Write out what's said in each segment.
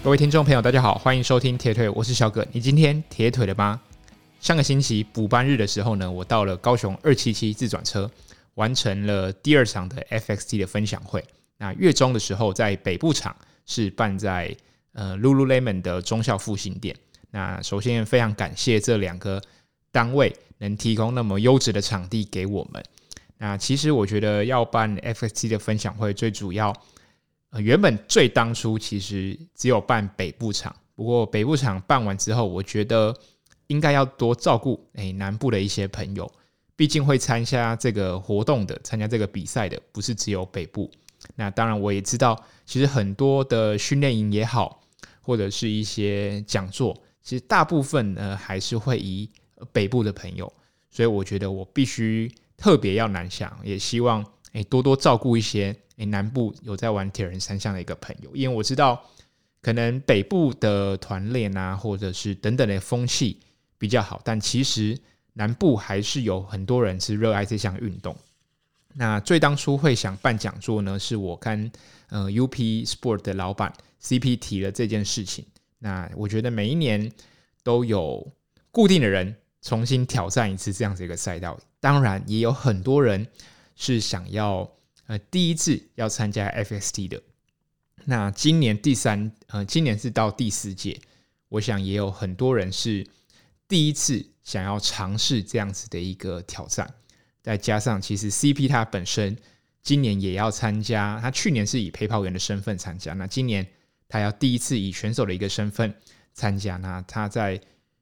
各位听众朋友大家好，欢迎收听铁腿，我是小葛。你今天铁腿了吗？上个星期补班日的时候呢，我到了高雄277自转车，完成了第二场的 FXT 的分享会。那月中的时候在北部场是办在Lululemon 的忠孝复兴店。那首先非常感谢这两个单位能提供那么优质的场地给我们。那其实我觉得要办 FXT 的分享会最主要原本最当初其实只有办北部场，不过北部场办完之后，我觉得应该要多照顾南部的一些朋友，毕竟会参加这个活动的、参加这个比赛的，不是只有北部。那当然我也知道，其实很多的训练营也好，或者是一些讲座，其实大部分呢还是会以北部的朋友，所以我觉得我必须特别要南下，也希望多多照顾一些南部有在玩铁人三项的一个朋友，因为我知道可能北部的团练啊，或者是等等的风气比较好，但其实南部还是有很多人是热爱这项运动。那最当初会想办讲座呢，是我跟UP Sport 的老板 CP 提了这件事情。那我觉得每一年都有固定的人重新挑战一次这样子一个赛道，当然也有很多人是想要第一次要参加 FXT 的。那今年今年是到第4届，我想也有很多人是第一次想要尝试这样子的一个挑战。再加上其实 CP 他本身今年也要参加，他去年是以陪跑员的身份参加，那今年他要第一次以选手的一个身份参加。那他在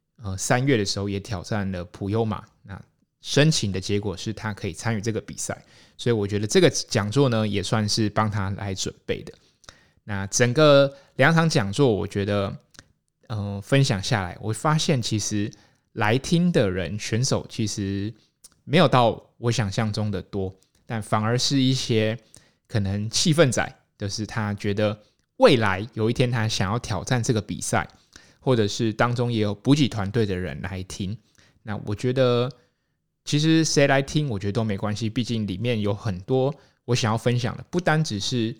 3月的时候也挑战了普悠玛，那申请的结果是他可以参与这个比赛，所以我觉得这个讲座呢也算是帮他来准备的。那整个2场讲座我觉得分享下来，我发现其实来听的人选手其实没有到我想象中的多，但反而是一些可能气氛仔，就是他觉得未来有一天他想要挑战这个比赛，或者是当中也有补给团队的人来听。那我觉得其实谁来听我觉得都没关系，毕竟里面有很多我想要分享的，不单只是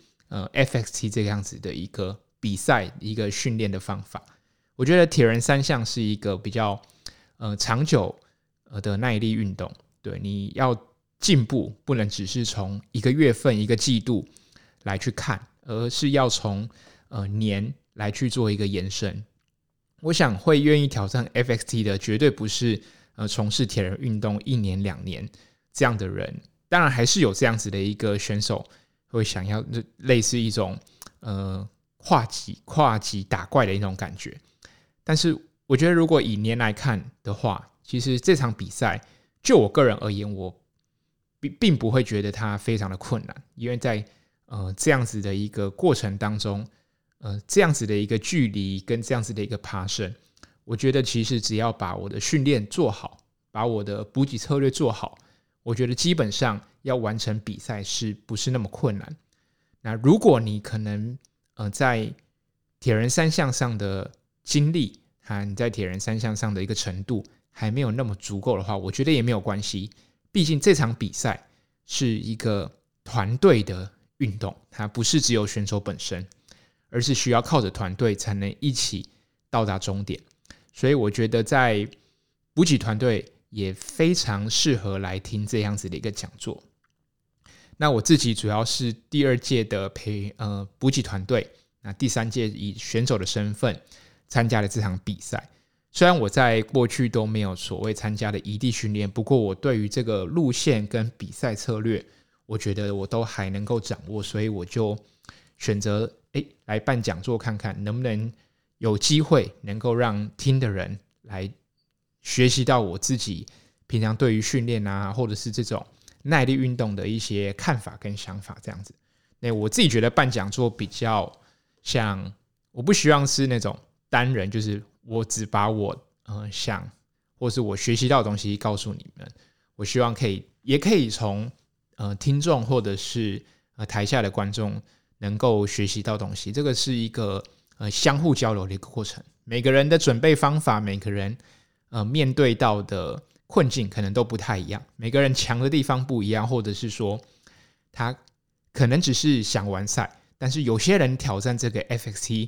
FXT 这样子的一个比赛一个训练的方法。我觉得铁人三项是一个比较长久的耐力运动，对，你要进步不能只是从一个月份一个季度来去看，而是要从年来去做一个延伸。我想会愿意挑战 FXT 的绝对不是从事铁人运动1年2年这样的人，当然还是有这样子的一个选手会想要类似一种跨级打怪的一种感觉。但是我觉得如果以年来看的话，其实这场比赛就我个人而言，我并不会觉得它非常的困难，因为在这样子的一个过程当中，这样子的一个距离跟这样子的一个爬升，我觉得其实只要把我的训练做好，把我的补给策略做好，我觉得基本上要完成比赛是不是那么困难。那如果你可能在铁人三项上的经历和你在铁人三项上的一个程度还没有那么足够的话，我觉得也没有关系，毕竟这场比赛是一个团队的运动，它不是只有选手本身，而是需要靠着团队才能一起到达终点。所以我觉得在补给团队也非常适合来听这样子的一个讲座。那我自己主要是第2届的补给团队，那第3届以选手的身份参加了这场比赛。虽然我在过去都没有所谓参加的异地训练，不过我对于这个路线跟比赛策略，我觉得我都还能够掌握，所以我就选择来办讲座看看能不能有机会能够让听的人来学习到我自己平常对于训练啊，或者是这种耐力运动的一些看法跟想法这样子。那我自己觉得办讲座比较像，我不希望是那种单人，就是我只把我想或是我学习到的东西告诉你们，我希望也可以从听众或者是台下的观众能够学习到东西，这个是一个相互交流的一个过程。每个人的准备方法，每个人面对到的困境可能都不太一样，每个人强的地方不一样，或者是说他可能只是想完赛，但是有些人挑战这个 FXT，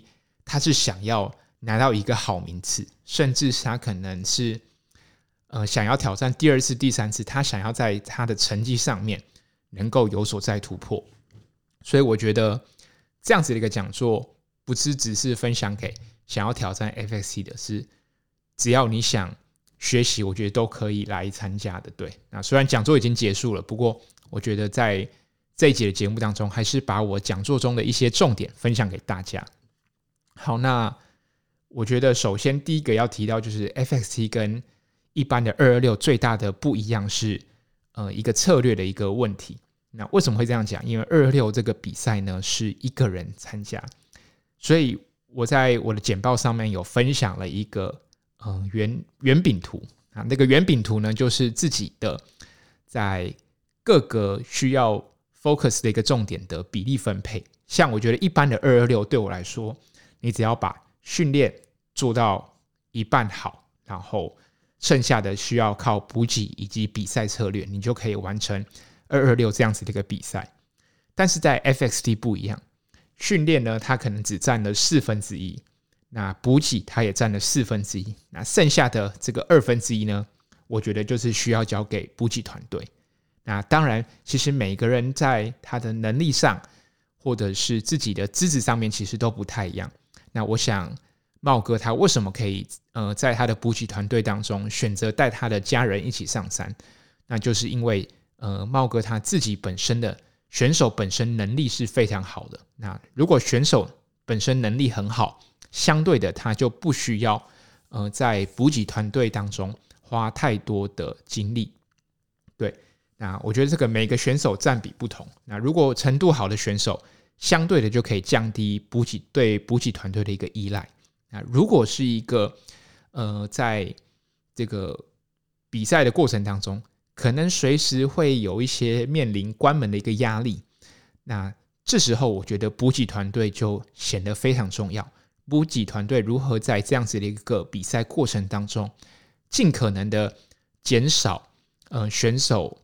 他是想要拿到一个好名次，甚至是他可能是想要挑战第二次、第三次，他想要在他的成绩上面能够有所再突破。所以我觉得这样子的一个讲座，不是只是分享给想要挑战 FXT 的，是只要你想学习，我觉得都可以来参加的。对，那虽然讲座已经结束了，不过我觉得在这一节的节目当中，还是把我讲座中的一些重点分享给大家。好，那我觉得首先第一个要提到就是 FXT 跟一般的226最大的不一样是一个策略的一个问题。那为什么会这样讲？因为226这个比赛呢是一个人参加，所以我在我的简报上面有分享了一个圆饼图啊。那个圆饼图呢，就是自己的在各个需要 focus 的一个重点的比例分配。像我觉得一般的226对我来说，你只要把训练做到一半好，然后剩下的需要靠补给以及比赛策略，你就可以完成226这样子的一个比赛。但是在 FXT 不一样，训练呢它可能只占了1/4，那补给它也占了1/4，那剩下的这个1/2呢，我觉得就是需要交给补给团队。那当然其实每个人在他的能力上或者是自己的资质上面其实都不太一样。那我想茂哥他为什么可以在他的补给团队当中选择带他的家人一起上山，那就是因为茂哥他自己本身的选手本身能力是非常好的。那如果选手本身能力很好，相对的他就不需要在补给团队当中花太多的精力。对，那我觉得这个每个选手占比不同。那如果程度好的选手，相对的就可以降低对补给团队的一个依赖。那如果是一个在这个比赛的过程当中，可能随时会有一些面临关门的一个压力，那这时候我觉得补给团队就显得非常重要。补给团队如何在这样子的一个比赛过程当中，尽可能的减少选手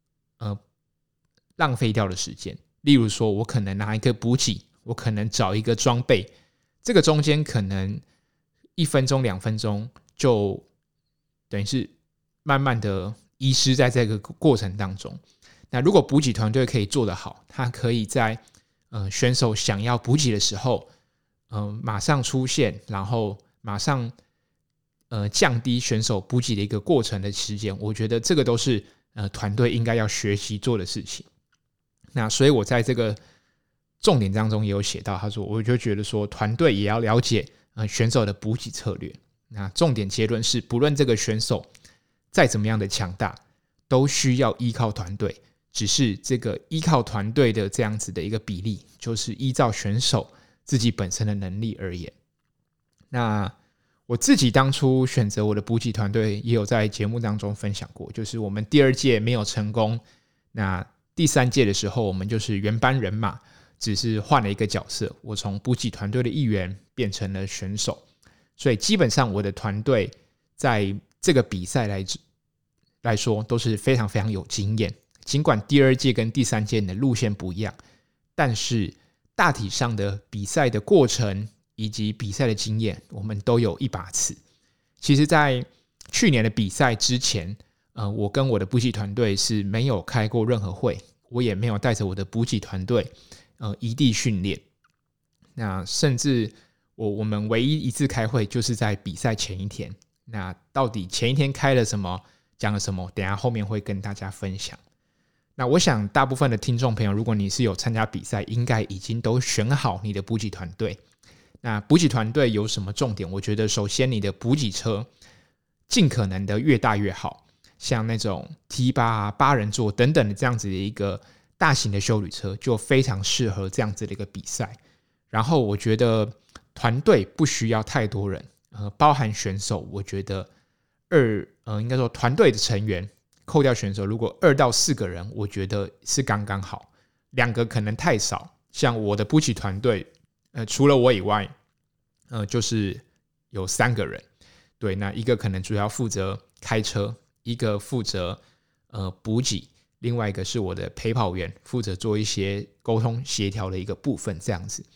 浪费掉的时间。例如说我可能拿一个补给，我可能找一个装备，这个中间可能1分钟2分钟就等于是慢慢的遗失在这个过程当中。那如果补给团队可以做得好，他可以在选手想要补给的时候马上出现，然后马上降低选手补给的一个过程的时间，我觉得这个都是团队应该要学习做的事情。那所以我在这个重点当中也有写到，他说我就觉得说团队也要了解选手的补给策略。那重点结论是，不论这个选手再怎么样的强大，都需要依靠团队，只是这个依靠团队的这样子的一个比例，就是依照选手自己本身的能力而言。那我自己当初选择我的补给团队，也有在节目当中分享过，就是我们第2届没有成功，那第3届的时候我们就是原班人马，只是换了一个角色，我从补给团队的一员变成了选手。所以基本上我的团队在这个比赛来说都是非常非常有经验，尽管第2届跟第3届的路线不一样，但是大体上的比赛的过程以及比赛的经验我们都有一把尺。其实在去年的比赛之前我跟我的补给团队是没有开过任何会，我也没有带着我的补给团队异地训练。那甚至我们唯一一次开会就是在比赛前一天，那到底前一天开了什么，讲了什么，等一下后面会跟大家分享。那我想大部分的听众朋友，如果你是有参加比赛，应该已经都选好你的补给团队。那补给团队有什么重点？我觉得首先你的补给车尽可能的越大越好，像那种 T8 8人座等等的这样子的一个大型的休旅车就非常适合这样子的一个比赛。然后我觉得团队不需要太多人，包含选手，我觉得应该说团队的成员扣掉选手，如果2到4个人，我觉得是刚刚好，2个可能太少。像我的补给团队除了我以外就是有3个人。对，那一个可能主要负责开车，一个负责补给，另外一个是我的陪跑员，负责做一些沟通协调的一个部分这样子。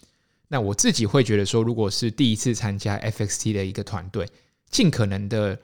那我自己会觉得说，如果是第一次参加 FXT 的一个团队，尽可能的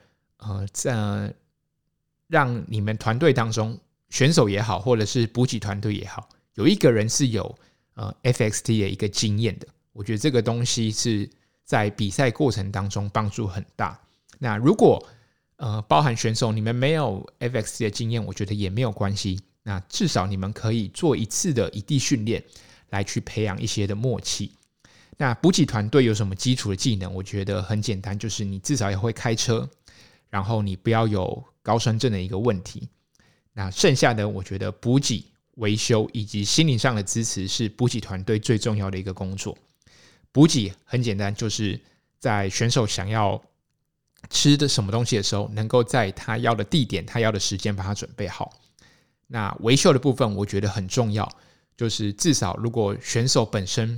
让你们团队当中选手也好，或者是补给团队也好，有一个人是有FXT 的一个经验的。我觉得这个东西是在比赛过程当中帮助很大。那如果包含选手你们没有 FXT 的经验，我觉得也没有关系。那至少你们可以做一次的异地训练，来去培养一些的默契。那补给团队有什么基础的技能？我觉得很简单，就是你至少也会开车，然后你不要有高山症的一个问题。那剩下的我觉得补给、维修以及心灵上的支持是补给团队最重要的一个工作。补给很简单，就是在选手想要吃的什么东西的时候，能够在他要的地点、他要的时间把它准备好。那维修的部分我觉得很重要，就是至少如果选手本身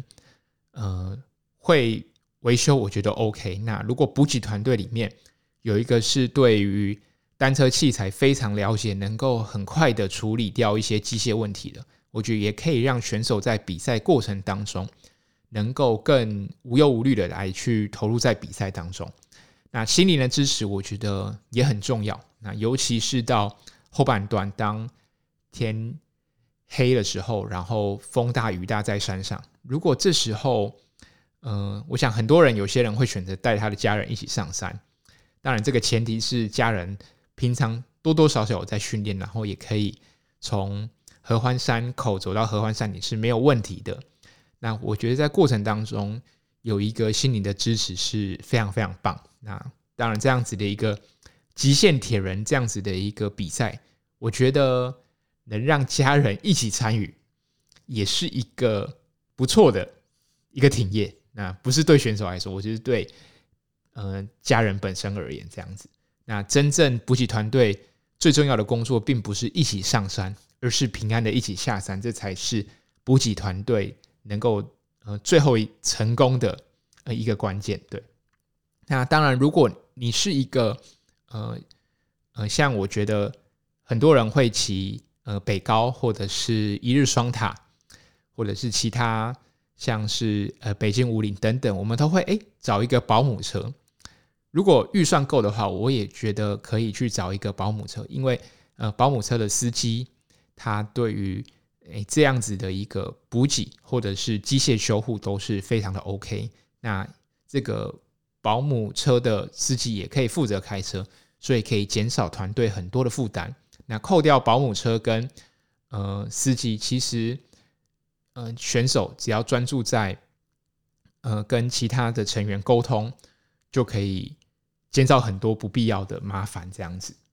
会维修，我觉得 OK。那如果补给团队里面有一个是对于单车器材非常了解，能够很快的处理掉一些机械问题的，我觉得也可以让选手在比赛过程当中能够更无忧无虑的来去投入在比赛当中。那心灵的支持我觉得也很重要，那尤其是到后半段，当天黑的时候，然后风大雨大在山上，如果这时候我想很多人有些人会选择带他的家人一起上山，当然这个前提是家人平常多多少少有在训练，然后也可以从合欢山口走到合欢山顶是没有问题的。那我觉得在过程当中有一个心灵的支持是非常非常棒。那当然这样子的一个极限铁人这样子的一个比赛，我觉得能让家人一起参与也是一个不错的一个体验。那不是对选手来说，我就是对家人本身而言这样子。那真正补给团队最重要的工作并不是一起上山，而是平安的一起下山，这才是补给团队能够最后成功的一个关键。对，那当然如果你是一个像我觉得很多人会骑北高或者是一日双塔，或者是其他像是北京武岭等等，我们都会找一个保姆车。如果预算够的话，我也觉得可以去找一个保姆车，因为保姆车的司机他对于这样子的一个补给或者是机械修护都是非常的 OK。 那这个保姆车的司机也可以负责开车，所以可以减少团队很多的负担。那扣掉保姆车跟司机，其实选手只要专注在跟其他的成员沟通，就可以减少很多不必要的麻烦这样子。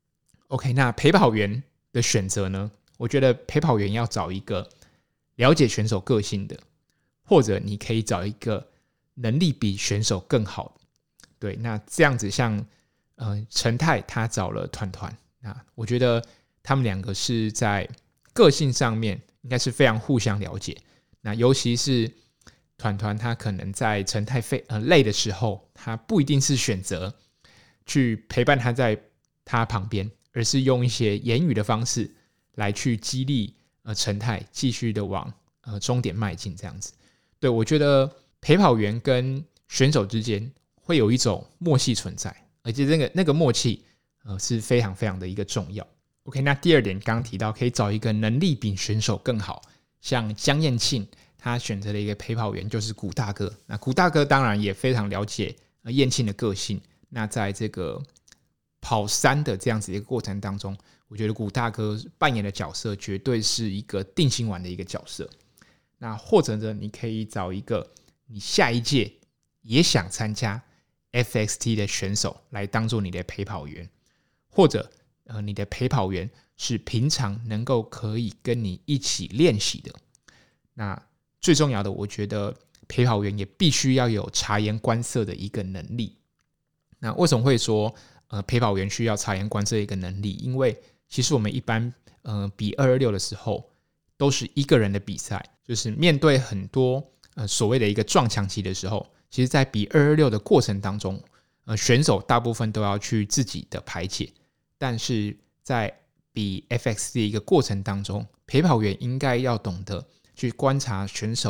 OK， 那陪跑员的选择呢，我觉得陪跑员要找一个了解选手个性的，或者你可以找一个能力比选手更好的。对，那这样子像陈泰他找了团团，那我觉得他们两个是在个性上面应该是非常互相了解。那尤其是团团他可能在陈泰累的时候，他不一定是选择去陪伴他在他旁边，而是用一些言语的方式来去激励陈泰继续的往终点迈进这样子。对，我觉得陪跑员跟选手之间会有一种默契存在，而且那个默契是非常非常的一个重要。 OK， 那第二点刚刚提到可以找一个能力比选手更好，像江燕庆他选择的一个陪跑员就是古大哥。那古大哥当然也非常了解燕庆的个性，那在这个跑山的这样子的一个过程当中，我觉得古大哥扮演的角色绝对是一个定心丸的一个角色。那或者呢，你可以找一个你下一届也想参加 FXT 的选手来当做你的陪跑员，或者你的陪跑员是平常能够可以跟你一起练习的。那最重要的，我觉得陪跑员也必须要有察言观色的一个能力。那为什么会说陪跑员需要察言观色的一个能力？因为其实我们一般比226的时候都是一个人的比赛，就是面对很多所谓的一个撞墙期的时候，其实在比226的过程当中，选手大部分都要去自己的排解，但是在比 FXT 的一个过程当中，陪跑员应该要懂得去观察选手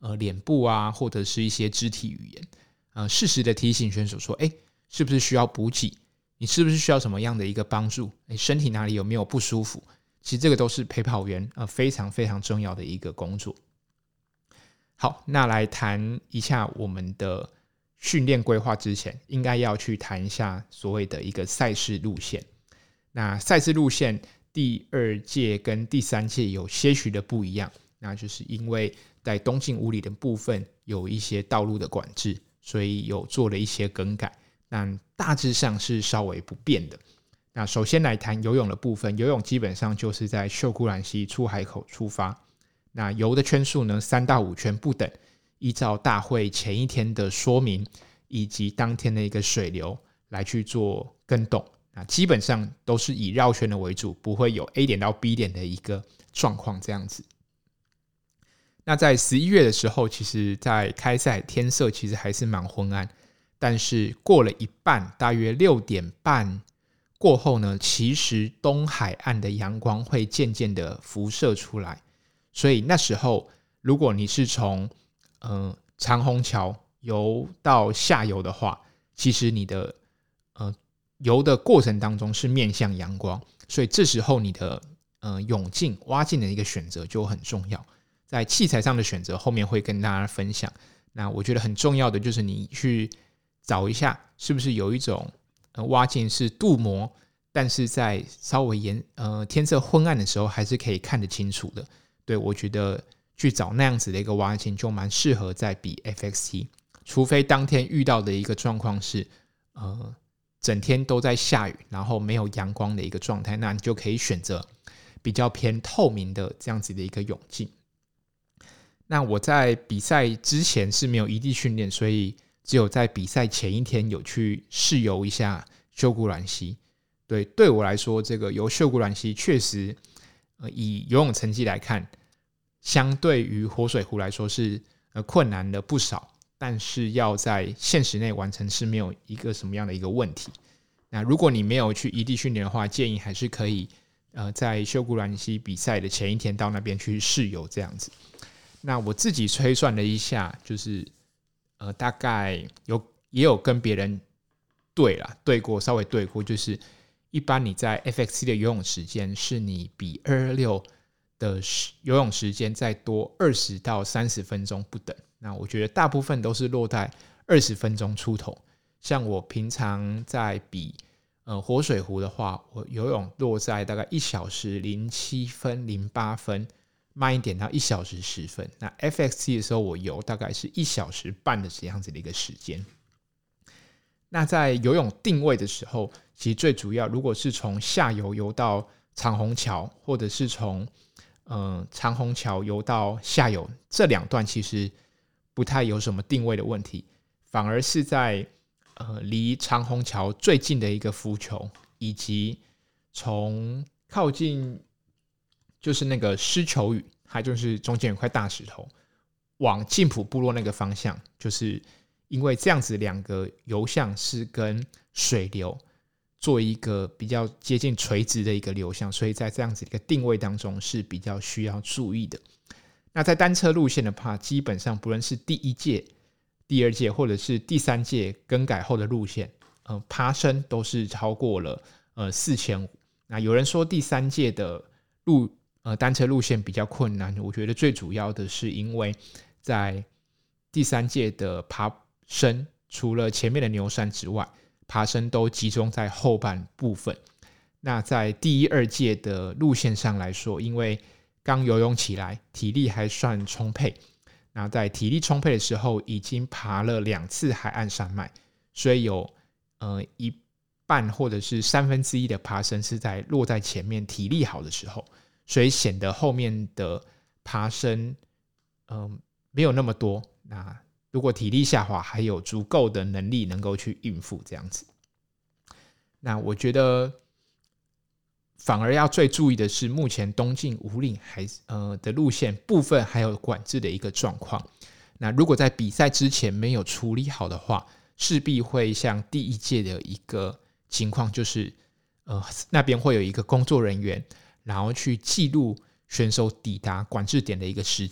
脸部啊，或者是一些肢体语言，适时的提醒选手说，是不是需要补给？你是不是需要什么样的一个帮助？身体哪里有没有不舒服？其实这个都是陪跑员非常非常重要的一个工作。好，那来谈一下我们的训练规划之前，应该要去谈一下所谓的一个赛事路线。那赛事路线第2届跟第3届有些许的不一样，那就是因为在东进五里的部分有一些道路的管制，所以有做了一些更改，但大致上是稍微不变的。那首先来谈游泳的部分，游泳基本上就是在秀姑峦溪出海口出发，那游的圈数呢3到5圈不等，依照大会前一天的说明以及当天的一个水流来去做更动，那基本上都是以绕圈的为主，不会有 A 点到 B 点的一个状况这样子。那在11月的时候，其实在开赛天色其实还是蛮昏暗，但是过了一半，大约6点半过后呢，其实东海岸的阳光会渐渐的辐射出来，所以那时候如果你是从长虹桥游到下游的话，其实你的游的过程当中是面向阳光，所以这时候你的泳镜蛙镜的一个选择就很重要。在器材上的选择后面会跟大家分享，那我觉得很重要的就是你去找一下是不是有一种蛙镜是镀膜，但是在稍微天色昏暗的时候还是可以看得清楚的。对，我觉得去找那样子的一个蛙镜就蛮适合在比 FXT， 除非当天遇到的一个状况是整天都在下雨，然后没有阳光的一个状态，那你就可以选择比较偏透明的这样子的一个泳镜。那我在比赛之前是没有异地训练，所以只有在比赛前一天有去试游一下秀姑峦溪。对我来说，这个游秀姑峦溪确实以游泳成绩来看，相对于活水湖来说是困难了不少，但是要在限时内完成是没有一个什么样的一个问题。那如果你没有去异地训练的话，建议还是可以在秀姑峦溪比赛的前一天到那边去试游这样子。那我自己推算了一下，就是大概也有跟别人对过，稍微对过，就是一般你在 FXT 的游泳时间是你比226的游泳时间再多20到30分钟不等。那我觉得大部分都是落在20分钟出头。像我平常在比活水湖的话，我游泳落在大概1小时07分08分，慢一点到1小时10分。那 FXT 的时候我游大概是1小时半的这样子的一个时间。那在游泳定位的时候，其实最主要如果是从下游游到长虹桥，或者是从长虹桥游到下游，这2段其实不太有什么定位的问题，反而是在离长虹桥最近的一个浮球，以及从靠近就是那个狮球屿，它就是中间有块大石头，往晋埔部落那个方向，就是因为这样子2个游向是跟水流做一个比较接近垂直的一个流向，所以在这样子一个定位当中是比较需要注意的。那在单车路线的话，基本上不论是第1届、第2届或者是第3届更改后的路线，爬升都是超过了4500。那有人说第3届的单车路线比较困难，我觉得最主要的是因为在第3届的爬升，除了前面的牛山之外，爬升都集中在后半部分。那在第1、2届的路线上来说，因为刚游泳起来，体力还算充沛，那在体力充沛的时候已经爬了2次海岸山脉，所以有一半或者是1/3的爬升是落在前面体力好的时候，所以显得后面的爬升没有那么多。那如果体力下滑，还有足够的能力能够去应付这样子。那我觉得反而要最注意的是，目前东进五岭的路线部分还有管制的一个状况。那如果在比赛之前没有处理好的话，势必会像第1届的一个情况，就是那边会有一个工作人员，然后去记录选手抵达管制点的一个时间。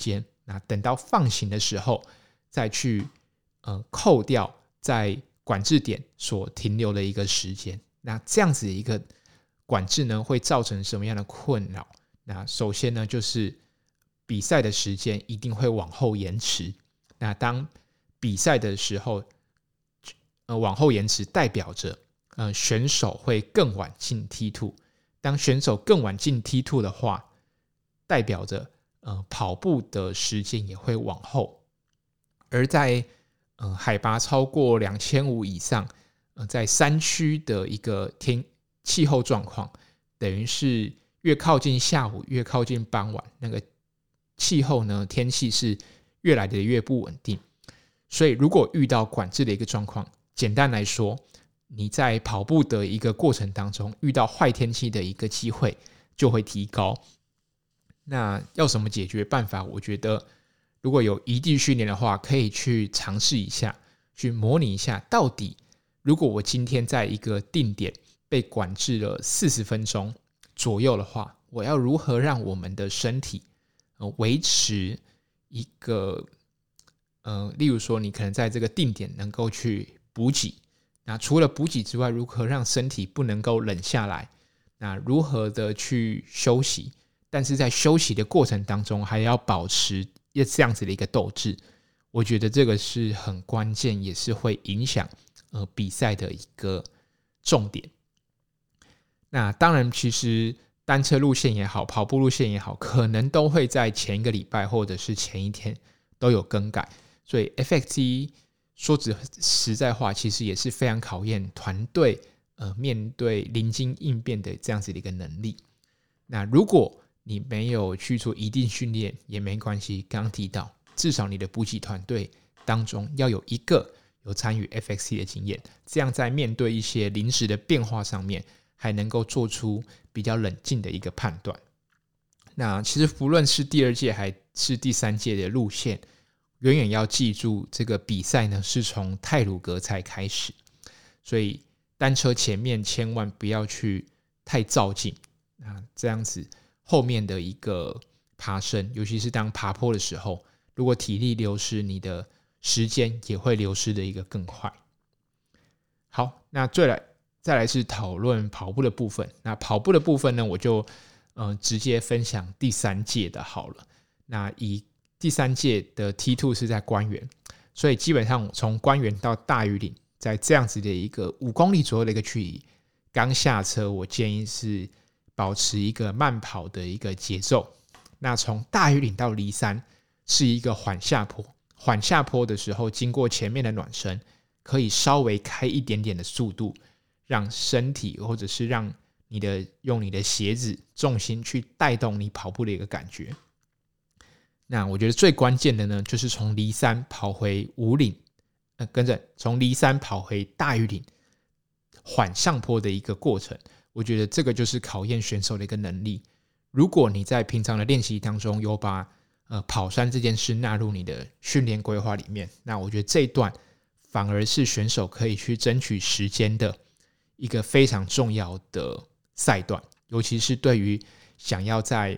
那等到放行的时候再去扣掉在管制点所停留的一个时间。那这样子的一个管制呢，会造成什么样的困扰？那首先呢，就是比赛的时间一定会往后延迟。那当比赛的时候往后延迟，代表着选手会更晚进 T2。当选手更晚进 T2 的话，代表着跑步的时间也会往后。而在海拔超过2500以上，在山区的一个气候状况，等于是越靠近下午越靠近傍晚，那个气候呢，天气是越来的越不稳定。所以如果遇到管制的一个状况，简单来说，你在跑步的一个过程当中遇到坏天气的一个机会就会提高。那要什么解决办法？我觉得如果有异地训练的话，可以去尝试一下，去模拟一下，到底如果我今天在一个定点被管制了40分钟左右的话，我要如何让我们的身体维持一个例如说你可能在这个定点能够去补给，那除了补给之外，如何让身体不能够冷下来，那如何的去休息，但是在休息的过程当中还要保持这样子的一个斗志，我觉得这个是很关键，也是会影响比赛的一个重点。那当然其实单车路线也好，跑步路线也好，可能都会在前一个礼拜或者是前一天都有更改，所以 FXT 说实在话，其实也是非常考验团队面对临机应变的这样子的一个能力。那如果你没有去做一定训练也没关系，刚刚提到至少你的补给团队当中要有一个有参与 FXT 的经验，这样在面对一些临时的变化上面还能够做出比较冷静的一个判断。那其实不论是第2届还是第3届的路线，远远要记住这个比赛呢是从太鲁阁才开始，所以单车前面千万不要去太躁进，这样子后面的一个爬升，尤其是当爬坡的时候，如果体力流失，你的时间也会流失的一个更快。好，那再来是讨论跑步的部分。那跑步的部分呢，我就直接分享第3届的好了。那以第3届的 T2 是在关原，所以基本上从关原到大屿岭，在这样子的一个5公里左右的一个距离，刚下车我建议是保持一个慢跑的一个节奏。那从大屿岭到梨山是一个缓下坡，缓下坡的时候经过前面的暖身，可以稍微开一点点的速度，让身体或者是让用你的鞋子重心去带动你跑步的一个感觉。那我觉得最关键的呢，就是从梨山跑回武岭，从梨山跑回大屿岭缓上坡的一个过程。我觉得这个就是考验选手的一个能力。如果你在平常的练习当中有把跑山这件事纳入你的训练规划里面，那我觉得这一段反而是选手可以去争取时间的一个非常重要的赛段，尤其是对于想要在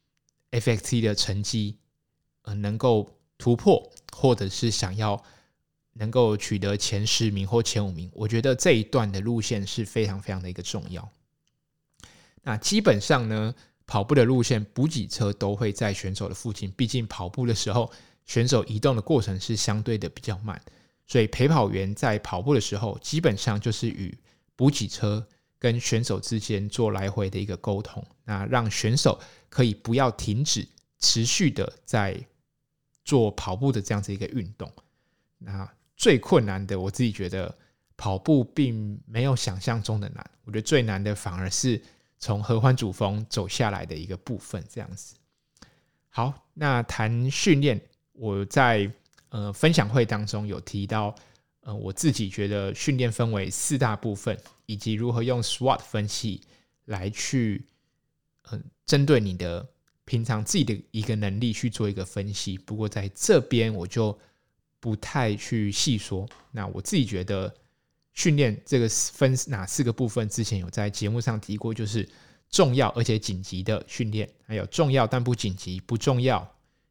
FXT 的成绩能够突破，或者是想要能够取得前10名或前5名，我觉得这一段的路线是非常非常的一个重要。那基本上呢，跑步的路线补给车都会在选手的附近，毕竟跑步的时候选手移动的过程是相对的比较慢，所以陪跑员在跑步的时候基本上就是与补给车跟选手之间做来回的一个沟通，那让选手可以不要停止持续的在做跑步的这样子一个运动。那最困难的，我自己觉得跑步并没有想象中的难，我觉得最难的反而是从合欢主峰走下来的一个部分这样子。好，那谈训练，我在分享会当中有提到我自己觉得训练分为4大部分，以及如何用 SWOT 分析来去针对你的平常自己的一个能力去做一个分析。不过在这边我就不太去细说。那我自己觉得训练这个分哪4个部分，之前有在节目上提过，就是重要而且紧急的训练，还有重要但不紧急、不重要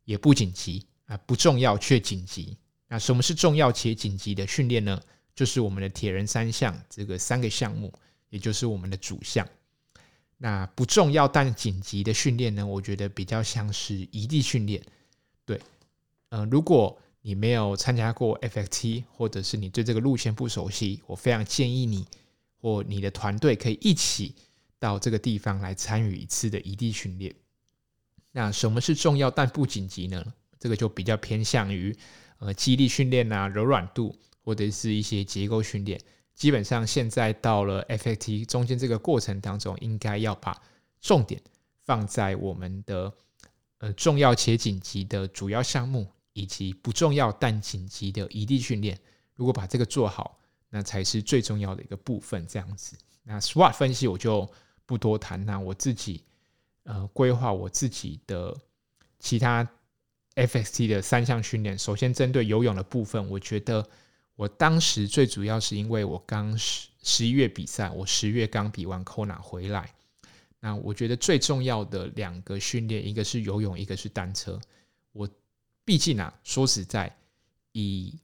也不紧急不重要却紧急。那什么是重要且紧急的训练呢？就是我们的铁人三项这个3个项目，也就是我们的主项。那不重要但紧急的训练呢，我觉得比较像是移地训练。对，如果你没有参加过 FXT， 或者是你对这个路线不熟悉，我非常建议你或你的团队可以一起到这个地方来参与一次的移地训练。那什么是重要但不紧急呢？这个就比较偏向于肌力训练柔软度，或者是一些结构训练。基本上现在到了 FXT 中间这个过程当中，应该要把重点放在我们的重要且紧急的主要项目，以及不重要但紧急的移地训练。如果把这个做好，那才是最重要的一个部分。这样子，那 SWOT 分析我就不多谈。那我自己规划我自己的其他 FXT 的3项训练。首先针对游泳的部分，我觉得我当时最主要是因为我刚11月比赛，我10月刚比完 Kona 回来。那我觉得最重要的2个训练，一个是游泳，一个是单车。我毕竟说实在，以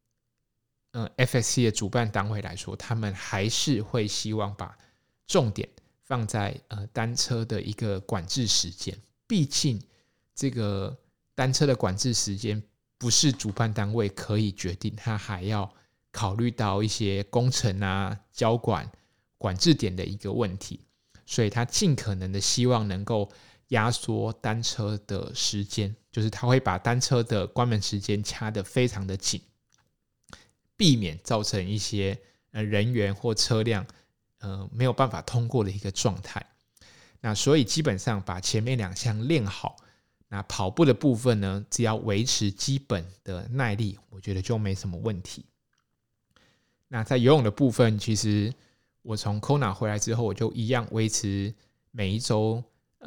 FXT 的主办单位来说，他们还是会希望把重点放在单车的一个管制时间。毕竟这个单车的管制时间不是主办单位可以决定，他还要考虑到一些工程交管管制点的一个问题，所以他尽可能的希望能够压缩单车的时间，就是他会把单车的关门时间掐得非常的紧，避免造成一些人员或车辆没有办法通过的一个状态。那所以基本上把前面2项练好，那跑步的部分呢，只要维持基本的耐力，我觉得就没什么问题。那在游泳的部分，其实我从 Kona 回来之后，我就一样维持每一周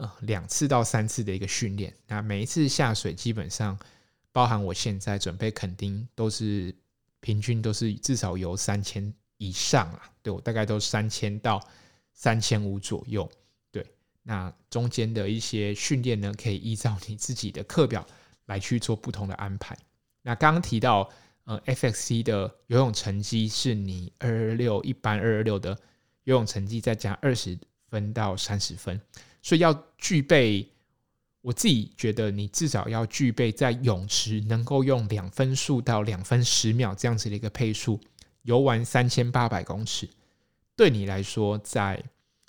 2次到3次的一个训练。那每一次下水基本上包含我现在准备垦丁，都是平均都是至少游3000以上啦。对，我大概都3000到3500左右。对，那中间的一些训练呢，可以依照你自己的课表来去做不同的安排。那刚刚提到FXT 的游泳成绩是你226一般226的游泳成绩再加20分到30分，所以要具备，我自己觉得你至少要具备在泳池能够用2分速到2分10秒这样子的一个配速游完3800公尺，对你来说在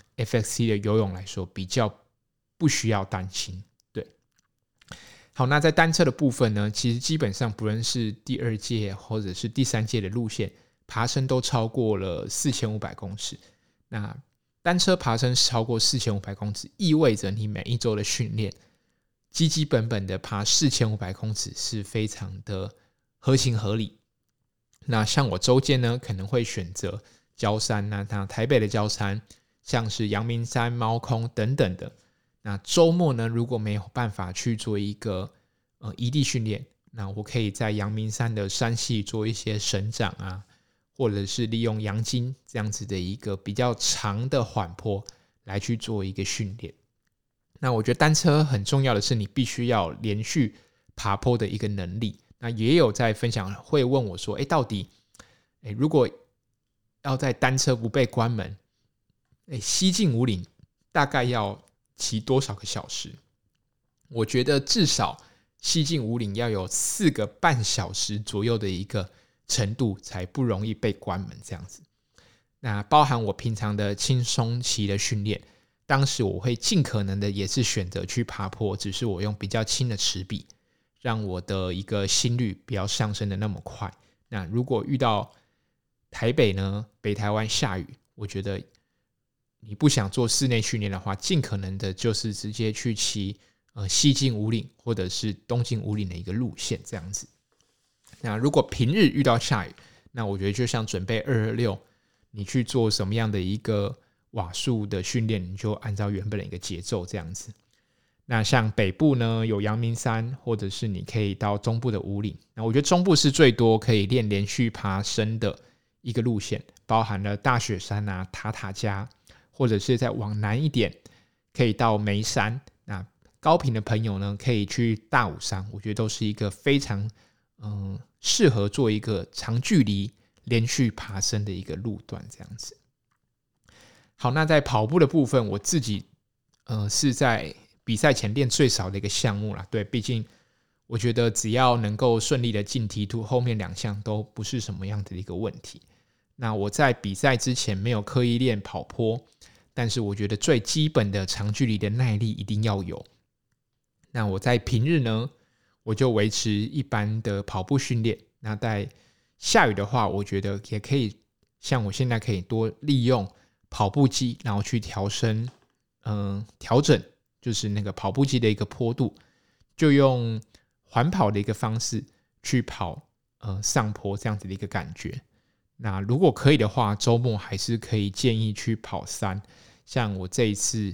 FXT 的游泳来说比较不需要担心。对，好，那在单车的部分呢，其实基本上不论是第2届或者是第3届的路线爬升都超过了4500公尺。那单车爬升超过4500公尺，意味着你每一周的训练基本的爬4500公尺是非常的合情合理。那像我周间呢，可能会选择郊山那台北的郊山，像是阳明山、猫空等等的。那周末呢，如果没有办法去做一个移地训练，那我可以在阳明山的山系做一些省掌或者是利用阳金这样子的一个比较长的缓坡来去做一个训练。那我觉得单车很重要的是，你必须要连续爬坡的一个能力。那也有在分享会问我说，到底如果要在单车不被关门，西进武岭大概要骑多少个小时？我觉得至少西进武岭要有4个半小时左右的一个程度，才不容易被关门这样子。那包含我平常的轻松骑的训练，当时我会尽可能的也是选择去爬坡，只是我用比较轻的持笔，让我的一个心率不要上升的那么快。那如果遇到台北呢，北台湾下雨，我觉得你不想做室内训练的话，尽可能的就是直接去骑西进武岭或者是东进武岭的一个路线这样子。那如果平日遇到下雨，那我觉得就像准备226，你去做什么样的一个瓦数的训练，你就按照原本的一个节奏这样子。那像北部呢，有阳明山，或者是你可以到中部的武岭。那我觉得中部是最多可以练连续爬升的一个路线，包含了大雪山塔塔加，或者是再往南一点可以到梅山。那高屏的朋友呢，可以去大武山，我觉得都是一个非常适合做一个长距离连续爬升的一个路段这样子。好，那在跑步的部分，我自己是在比赛前练最少的一个项目啦。对，毕竟我觉得只要能够顺利的进 T2， 后面2项都不是什么样的一个问题。那我在比赛之前没有刻意练跑坡，但是我觉得最基本的长距离的耐力一定要有。那我在平日呢，我就维持一般的跑步训练。那在下雨的话，我觉得也可以像我现在可以多利用跑步机，然后去调整就是那个跑步机的一个坡度，就用缓跑的一个方式去跑上坡这样子的一个感觉。那如果可以的话，周末还是可以建议去跑山，像我这一次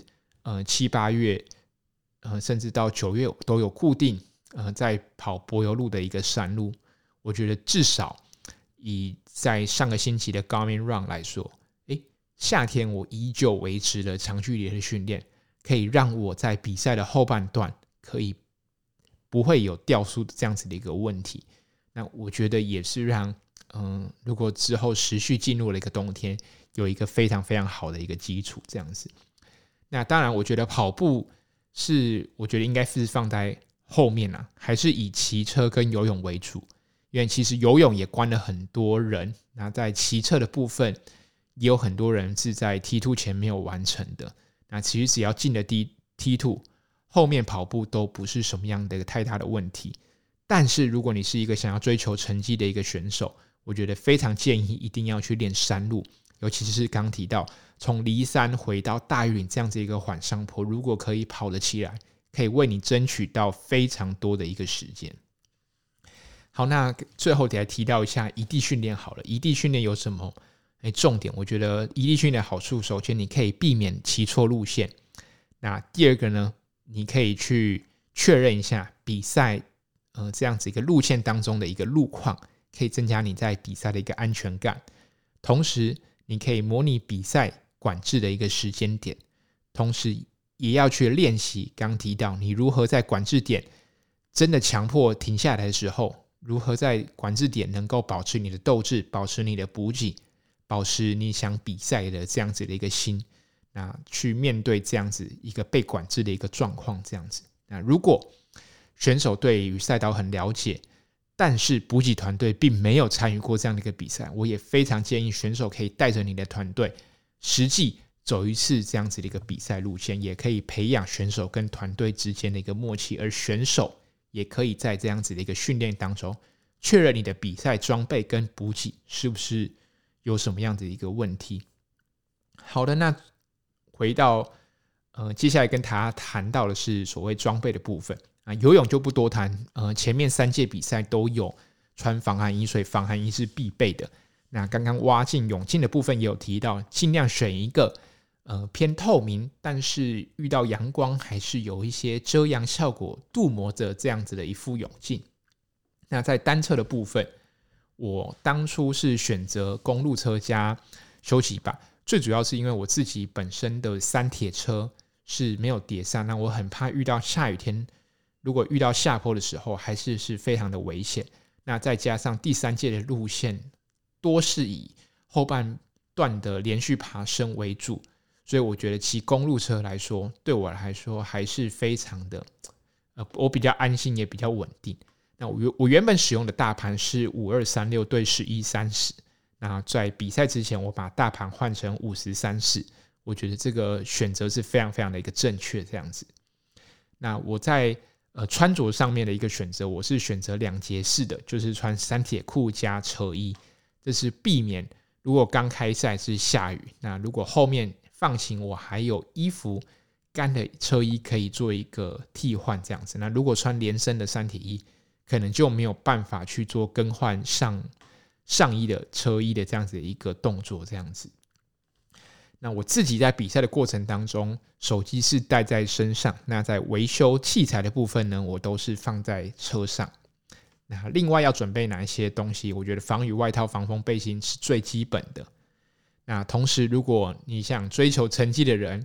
7、8月甚至到9月都有固定在跑柏油路的一个山路。我觉得至少以在上个星期的 Garmin Run 来说，夏天我依旧维持了长距离的训练，可以让我在比赛的后半段可以不会有掉速这样子的一个问题。那我觉得也是让如果之后持续进入了一个冬天，有一个非常非常好的一个基础这样子。那当然我觉得跑步我觉得应该是放在后面啦，还是以骑车跟游泳为主，因为其实游泳也关了很多人，那在骑车的部分也有很多人是在 T2 前没有完成的。那其实只要进了 T2， 后面跑步都不是什么样的一个太大的问题。但是如果你是一个想要追求成绩的一个选手，我觉得非常建议一定要去练山路，尤其是刚提到从梨山回到大屿岭这样子一个缓上坡，如果可以跑得起来，可以为你争取到非常多的一个时间。好，那最后得来提到一下移地训练好了。移地训练有什么重点？我觉得移地训练的好处，首先你可以避免骑错路线。那第二个呢，你可以去确认一下比赛这样子一个路线当中的一个路况，可以增加你在比赛的一个安全感。同时你可以模拟比赛管制的一个时间点，同时也要去练习刚提到你如何在管制点真的强迫停下来的时候，如何在管制点能够保持你的斗志，保持你的补给，保持你想比赛的这样子的一个心，那去面对这样子一个被管制的一个状况这样子。那如果选手对于赛道很了解，但是补给团队并没有参与过这样的一个比赛，我也非常建议选手可以带着你的团队实际走一次这样子的一个比赛路线，也可以培养选手跟团队之间的一个默契，而选手也可以在这样子的一个训练当中确认你的比赛装备跟补给是不是有什么样的一个问题。好的，那回到接下来跟大家谈到的是所谓装备的部分。游泳就不多谈，前面3届比赛都有穿防寒衣，所以防寒衣是必备的。那刚刚蛙镜、泳镜的部分也有提到，尽量选一个偏透明，但是遇到阳光还是有一些遮阳效果镀膜的这样子的一副泳镜。那在单车的部分，我当初是选择公路车加休息把，最主要是因为我自己本身的三铁车是没有碟刹，那我很怕遇到下雨天，如果遇到下坡的时候还是非常的危险。那再加上第3届的路线多是以后半段的连续爬升为主，所以我觉得骑公路车来说，对我来说还是非常的我比较安心也比较稳定。那我原本使用的大盘是5236对1130，那在比赛之前我把大盘换成5034，我觉得这个选择是非常非常的一个正确这样子。那我在穿着上面的一个选择，我是选择2节式的，就是穿三铁裤加车衣，这是避免如果刚开赛是下雨，那如果后面放晴我还有衣服干的车衣可以做一个替换这样子。那如果穿连身的三铁衣，可能就没有办法去做更换上衣的车衣的这样子的一个动作这样子。那我自己在比赛的过程当中，手机是带在身上，那在维修器材的部分呢，我都是放在车上。那另外要准备哪一些东西，我觉得防雨外套、防风背心是最基本的。那同时如果你想追求成绩的人，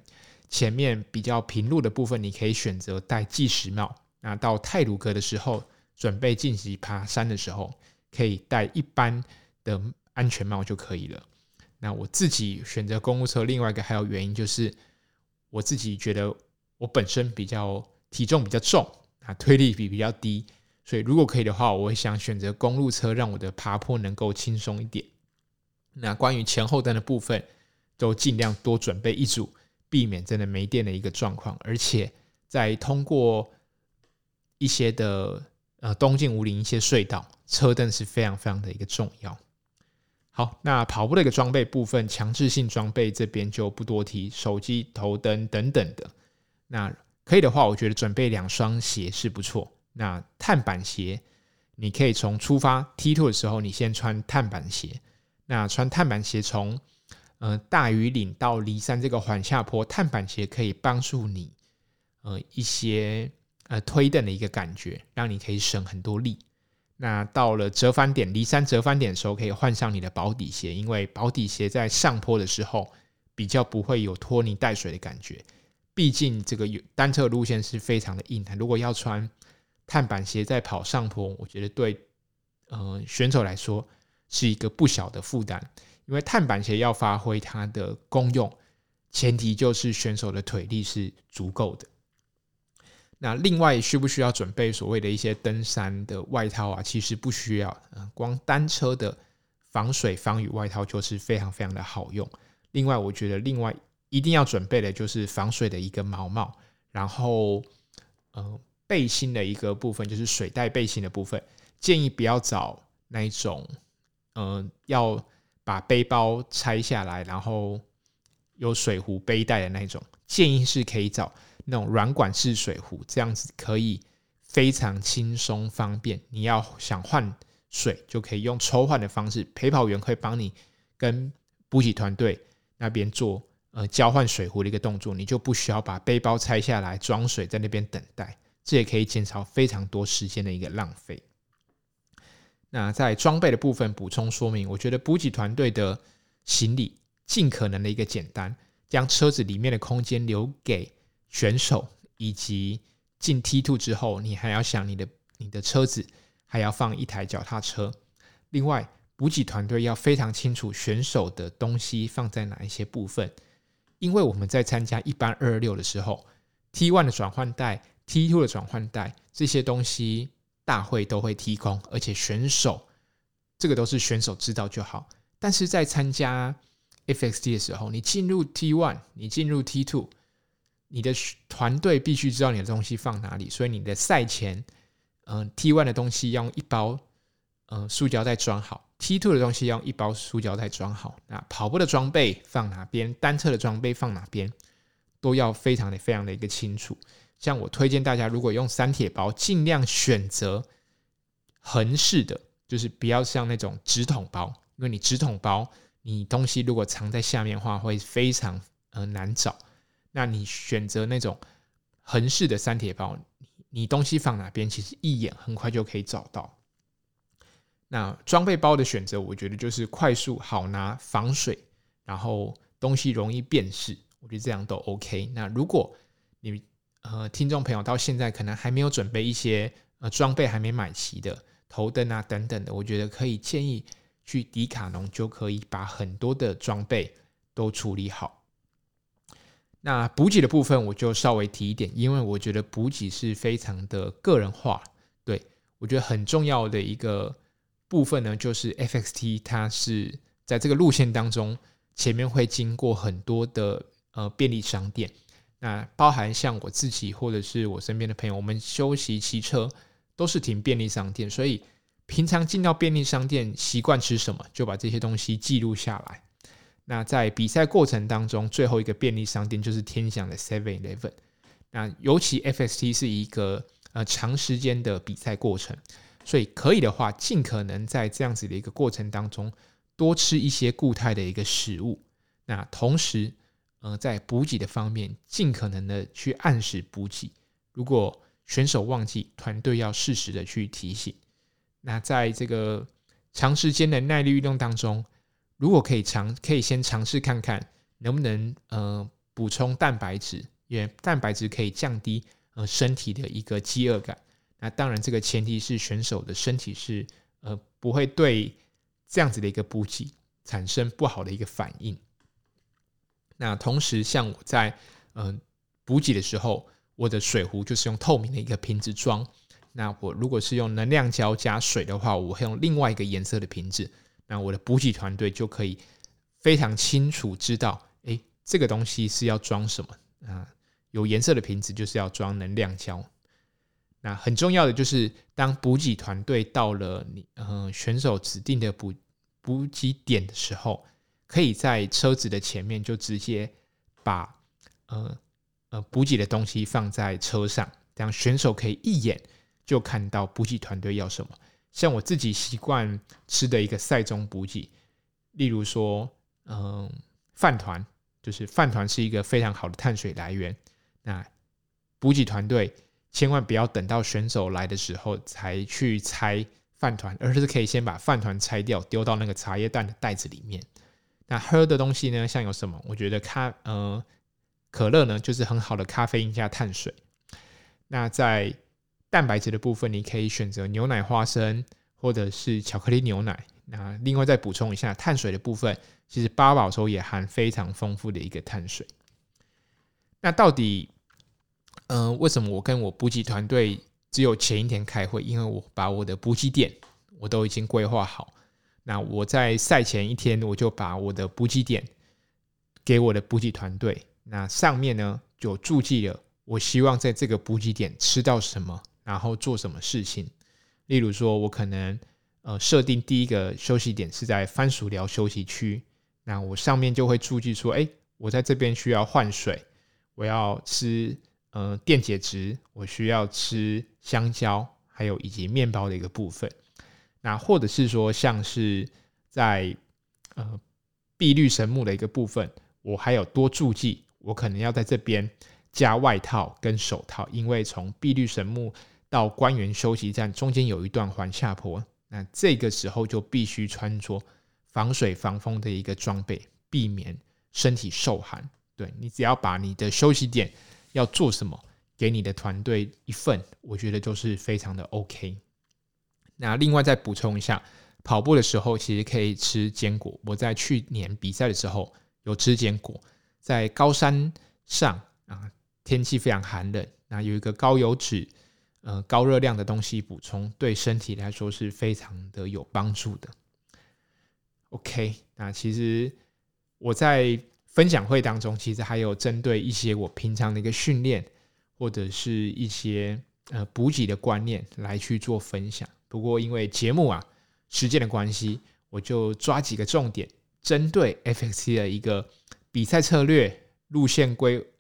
前面比较平路的部分，你可以选择戴计时帽。那到太鲁阁的时候，准备进行爬山的时候，可以戴一般的安全帽就可以了。那我自己选择公路车，另外一个还有原因就是我自己觉得我本身体重比较重，推力比较低，所以如果可以的话，我会想选择公路车，让我的爬坡能够轻松一点。那关于前后灯的部分，都尽量多准备一组，避免真的没电的一个状况。而且在通过一些的东进武岭一些隧道，车灯是非常非常的一个重要。好，那跑步的一个装备部分，强制性装备这边就不多提，手机、头灯等等的。那可以的话，我觉得准备2双鞋是不错。那碳板鞋，你可以从出发 T2 的时候，你先穿碳板鞋。那穿碳板鞋从大屿岭到梨山这个缓下坡，碳板鞋可以帮助你一些推蹬的一个感觉，让你可以省很多力。那到了折返点，梨山折返点的时候，可以换上你的保底鞋，因为保底鞋在上坡的时候比较不会有拖泥带水的感觉。毕竟这个单车路线是非常的硬，如果要穿碳板鞋在跑上坡，我觉得对选手来说是一个不小的负担。因为碳板鞋要发挥它的功用，前提就是选手的腿力是足够的。那另外需不需要准备所谓的一些登山的外套啊？其实不需要，光单车的防水防雨外套就是非常非常的好用。另外我觉得一定要准备的就是防水的一个毛帽，然后背心的一个部分就是水袋背心的部分，建议不要找那一种要把背包拆下来然后有水壶背带的那种，建议是可以找那种软管式水壶，这样子可以非常轻松方便。你要想换水就可以用抽换的方式，陪跑员会帮你跟补给团队那边做交换水壶的一个动作，你就不需要把背包拆下来装水在那边等待，这也可以减少非常多时间的一个浪费。那在装备的部分补充说明，我觉得补给团队的行李尽可能的一个简单，将车子里面的空间留给选手，以及进 T2 之后，你还要想你的车子还要放一台脚踏车。另外，补给团队要非常清楚选手的东西放在哪一些部分，因为我们在参加一般226的时候 ，T1 的转换带、T2 的转换带这些东西大会都会提供，而且这个都是选手知道就好。但是在参加 FXT 的时候，你进入 T1， 你进入 T2， 你的团队必须知道你的东西放哪里，所以你的赛前T1 的东西要用一包塑胶袋装好， T2 的东西要用一包塑胶袋装好。那跑步的装备放哪边，单车的装备放哪边，都要非常的一个清楚。像我推荐大家，如果用三铁包，尽量选择横式的，就是不要像那种直筒包，因为你直筒包你东西如果藏在下面的话会非常难找。那你选择那种横式的三铁包，你东西放哪边其实一眼很快就可以找到。那装备包的选择我觉得就是快速好拿防水，然后东西容易辨识，我觉得这样都 OK。 那如果你听众朋友到现在可能还没有准备一些装备还没买齐的头灯啊等等的，我觉得可以建议去迪卡侬，就可以把很多的装备都处理好。那补给的部分我就稍微提一点，因为我觉得补给是非常的个人化。对，我觉得很重要的一个部分呢，就是 FXT 它是在这个路线当中前面会经过很多的便利商店，那包含像我自己或者是我身边的朋友，我们休息骑车都是停便利商店，所以平常进到便利商店习惯吃什么就把这些东西记录下来。那在比赛过程当中，最后一个便利商店就是天祥的 7-Eleven。 那尤其 FXT 是一个长时间的比赛过程，所以可以的话尽可能在这样子的一个过程当中多吃一些固态的一个食物。那同时在补给的方面尽可能的去按时补给，如果选手忘记，团队要适时的去提醒。那在这个长时间的耐力运动当中，如果可以先尝试看看能不能补充蛋白质，因为蛋白质可以降低身体的一个饥饿感。那当然这个前提是选手的身体是不会对这样子的一个补给产生不好的一个反应。那同时像我在补给的时候，我的水壶就是用透明的一个瓶子装，那我如果是用能量胶加水的话，我会用另外一个颜色的瓶子，那我的补给团队就可以非常清楚知道这个东西是要装什么。有颜色的瓶子就是要装能量胶。那很重要的就是当补给团队到了选手指定的补给点的时候，可以在车子的前面就直接把补给的东西放在车上，这样选手可以一眼就看到补给团队要什么。像我自己习惯吃的一个赛中补给，例如说饭团，就是饭团是一个非常好的碳水来源。那补给团队千万不要等到选手来的时候才去拆饭团，而是可以先把饭团拆掉，丢到那个茶叶蛋的袋子里面。那喝的东西呢，像有什么？我觉得可乐呢，就是很好的咖啡因加碳水。那在蛋白质的部分，你可以选择牛奶花生或者是巧克力牛奶。那另外再补充一下，碳水的部分，其实八宝粥也含非常丰富的一个碳水。那到底为什么我跟我补给团队只有前一天开会？因为我把我的补给点我都已经规划好。那我在赛前一天，我就把我的补给点给我的补给团队。那上面呢就注记了我希望在这个补给点吃到什么，然后做什么事情。例如说我可能设定第一个休息点是在番薯寮休息区，那我上面就会注记说我在这边需要换水，我要吃电解质，我需要吃香蕉，还有以及面包的一个部分。那或者是说像是在碧绿神木的一个部分，我还有多注记我可能要在这边加外套跟手套，因为从碧绿神木到官员休息站中间有一段缓下坡，那这个时候就必须穿着防水防风的一个装备，避免身体受寒。对，你只要把你的休息点要做什么给你的团队一份，我觉得就是非常的 OK。 那另外再补充一下，跑步的时候其实可以吃坚果，我在去年比赛的时候有吃坚果。在高山上天气非常寒冷，那有一个高油脂高热量的东西补充，对身体来说是非常的有帮助的。 OK， 那其实我在分享会当中其实还有针对一些我平常的一个训练或者是一些补给的观念来去做分享。不过因为节目时间的关系，我就抓几个重点，针对 FXT 的一个比赛策略、路线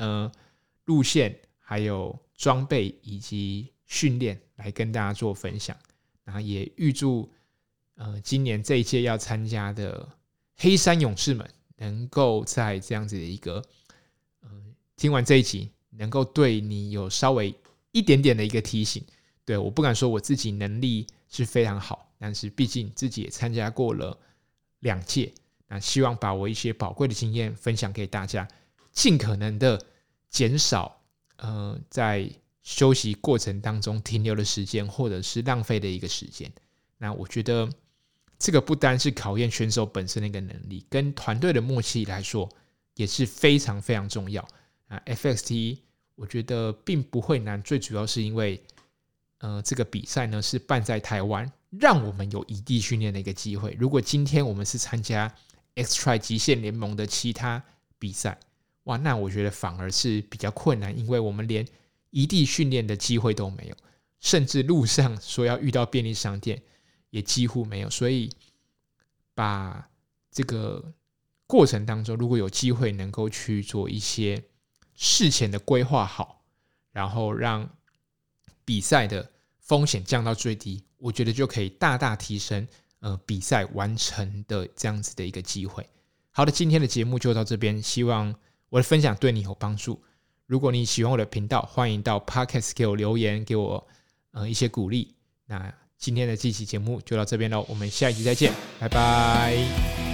还有装备以及训练来跟大家做分享。然后也预祝今年这一届要参加的黑山勇士们能够在这样子的一个听完这一集能够对你有稍微一点点的一个提醒。对，我不敢说我自己能力是非常好，但是毕竟自己也参加过了2届，那希望把我一些宝贵的经验分享给大家，尽可能的减少在休息过程当中停留的时间或者是浪费的一个时间。那我觉得这个不单是考验选手本身的一个能力，跟团队的默契来说也是非常非常重要。FXT 我觉得并不会难，最主要是因为这个比赛呢是办在台湾，让我们有异地训练的一个机会。如果今天我们是参加 X-Tri 极限联盟的其他比赛，哇，那我觉得反而是比较困难，因为我们连异地训练的机会都没有，甚至路上说要遇到便利商店也几乎没有。所以把这个过程当中，如果有机会能够去做一些事前的规划好，然后让比赛的风险降到最低，我觉得就可以大大提升比赛完成的这样子的一个机会。好的，今天的节目就到这边，希望我的分享对你有帮助。如果你喜欢我的频道，欢迎到 Podcast 给我留言，给我一些鼓励。那今天的这期节目就到这边咯，我们下一集再见，拜拜。